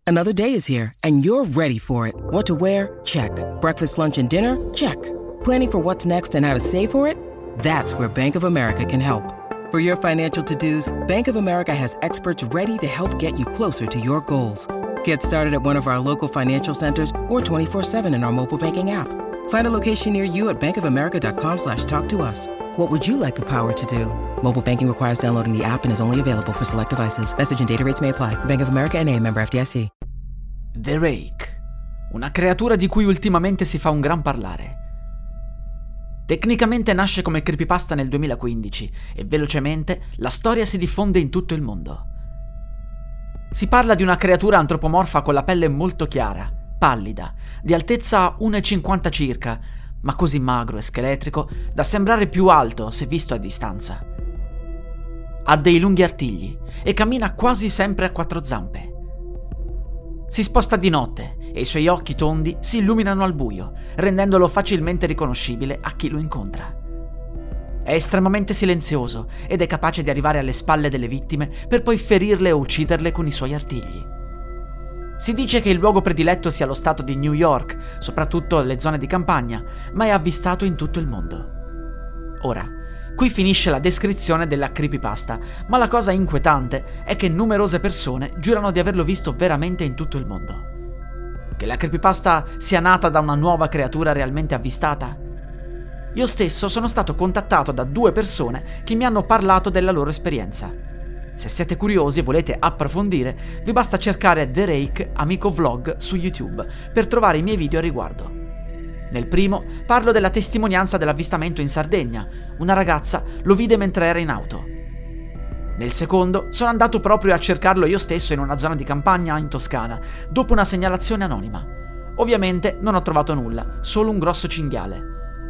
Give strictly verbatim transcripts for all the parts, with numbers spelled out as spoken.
Another day is here, and you're ready for it. What to wear? Check. Breakfast, lunch, and dinner? Check. Planning for what's next and how to save for it? That's where Bank of America can help. For your financial to-dos, Bank of America has experts ready to help get you closer to your goals. Get started at one of our local financial centers or twenty-four seven in our mobile banking app. Find a location near you at bankofamerica.com slash talk to us. What would you like the power to do? Mobile banking requires downloading the app and is only available for select devices. Message and data rates may apply. Bank of America N A, member F D I C. The Rake, una creatura di cui ultimamente si fa un gran parlare. Tecnicamente nasce come creepypasta nel duemilaquindici e velocemente la storia si diffonde in tutto il mondo. Si parla di una creatura antropomorfa con la pelle molto chiara, pallida, di altezza uno virgola cinquanta circa, ma così magro e scheletrico da sembrare più alto se visto a distanza. Ha dei lunghi artigli e cammina quasi sempre a quattro zampe. Si sposta di notte e i suoi occhi tondi si illuminano al buio, rendendolo facilmente riconoscibile a chi lo incontra. È estremamente silenzioso ed è capace di arrivare alle spalle delle vittime per poi ferirle o ucciderle con i suoi artigli. Si dice che il luogo prediletto sia lo stato di New York, soprattutto le zone di campagna, ma è avvistato in tutto il mondo. Ora, qui finisce la descrizione della creepypasta, ma la cosa inquietante è che numerose persone giurano di averlo visto veramente in tutto il mondo. Che la creepypasta sia nata da una nuova creatura realmente avvistata? Io stesso sono stato contattato da due persone che mi hanno parlato della loro esperienza. Se siete curiosi e volete approfondire, vi basta cercare The Rake Amico Vlog su YouTube per trovare i miei video a riguardo. Nel primo parlo della testimonianza dell'avvistamento in Sardegna. Una ragazza lo vide mentre era in auto. Nel secondo sono andato proprio a cercarlo io stesso in una zona di campagna in Toscana, dopo una segnalazione anonima. Ovviamente non ho trovato nulla, solo un grosso cinghiale.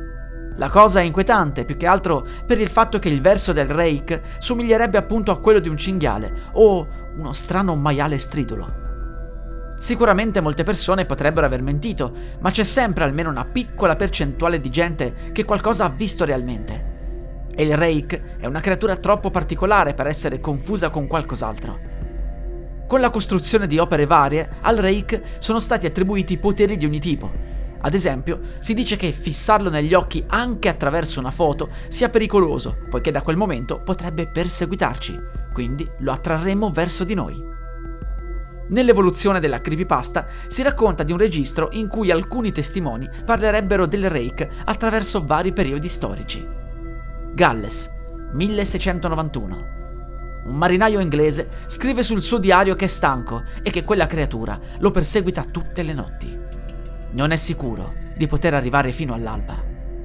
La cosa è inquietante, più che altro per il fatto che il verso del Rake somiglierebbe appunto a quello di un cinghiale o uno strano maiale stridulo. Sicuramente molte persone potrebbero aver mentito, ma c'è sempre almeno una piccola percentuale di gente che qualcosa ha visto realmente. E il Rake è una creatura troppo particolare per essere confusa con qualcos'altro. Con la costruzione di opere varie, al Rake sono stati attribuiti poteri di ogni tipo. Ad esempio, si dice che fissarlo negli occhi anche attraverso una foto sia pericoloso, poiché da quel momento potrebbe perseguitarci, quindi lo attrarremo verso di noi. Nell'evoluzione della creepypasta si racconta di un registro in cui alcuni testimoni parlerebbero del Rake attraverso vari periodi storici. Galles, milleseicentonovantuno. Un marinaio inglese scrive sul suo diario che è stanco e che quella creatura lo perseguita tutte le notti. Non è sicuro di poter arrivare fino all'alba.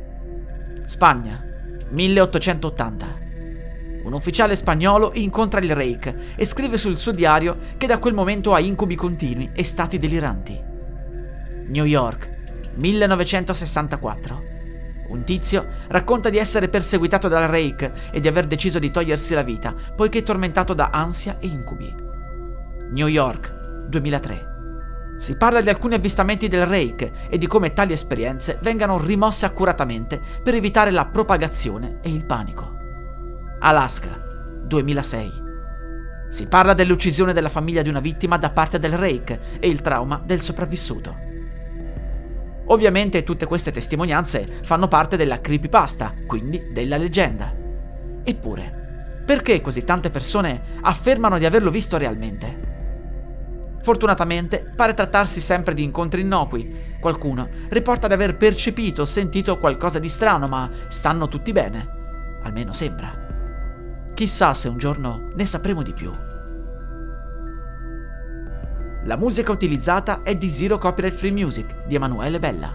Spagna, milleottocentottanta. Un ufficiale spagnolo incontra il Rake e scrive sul suo diario che da quel momento ha incubi continui e stati deliranti. New York, millenovecentosessantaquattro. Un tizio racconta di essere perseguitato dal Rake e di aver deciso di togliersi la vita, poiché tormentato da ansia e incubi. New York, duemilatré. Si parla di alcuni avvistamenti del Rake e di come tali esperienze vengano rimosse accuratamente per evitare la propagazione e il panico. Alaska, duemilasei. Si parla dell'uccisione della famiglia di una vittima da parte del Rake e il trauma del sopravvissuto. Ovviamente tutte queste testimonianze fanno parte della creepypasta, quindi della leggenda. Eppure, perché così tante persone affermano di averlo visto realmente? Fortunatamente pare trattarsi sempre di incontri innocui. Qualcuno riporta di aver percepito o sentito qualcosa di strano, ma stanno tutti bene. Almeno sembra. Chissà se un giorno ne sapremo di più. La musica utilizzata è di Zero Copyright Free Music di Emanuele Bella.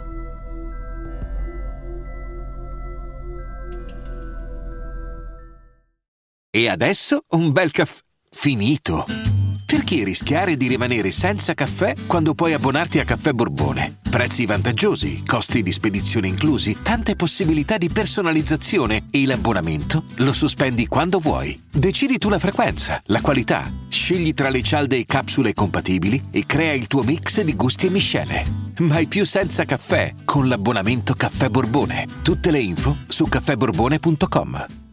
E adesso un bel caffè finito. Perché rischiare di rimanere senza caffè quando puoi abbonarti a Caffè Borbone? Prezzi vantaggiosi, costi di spedizione inclusi, tante possibilità di personalizzazione e l'abbonamento lo sospendi quando vuoi. Decidi tu la frequenza, la qualità, scegli tra le cialde e capsule compatibili e crea il tuo mix di gusti e miscele. Mai più senza caffè con l'abbonamento Caffè Borbone. Tutte le info su caffè borbone punto com.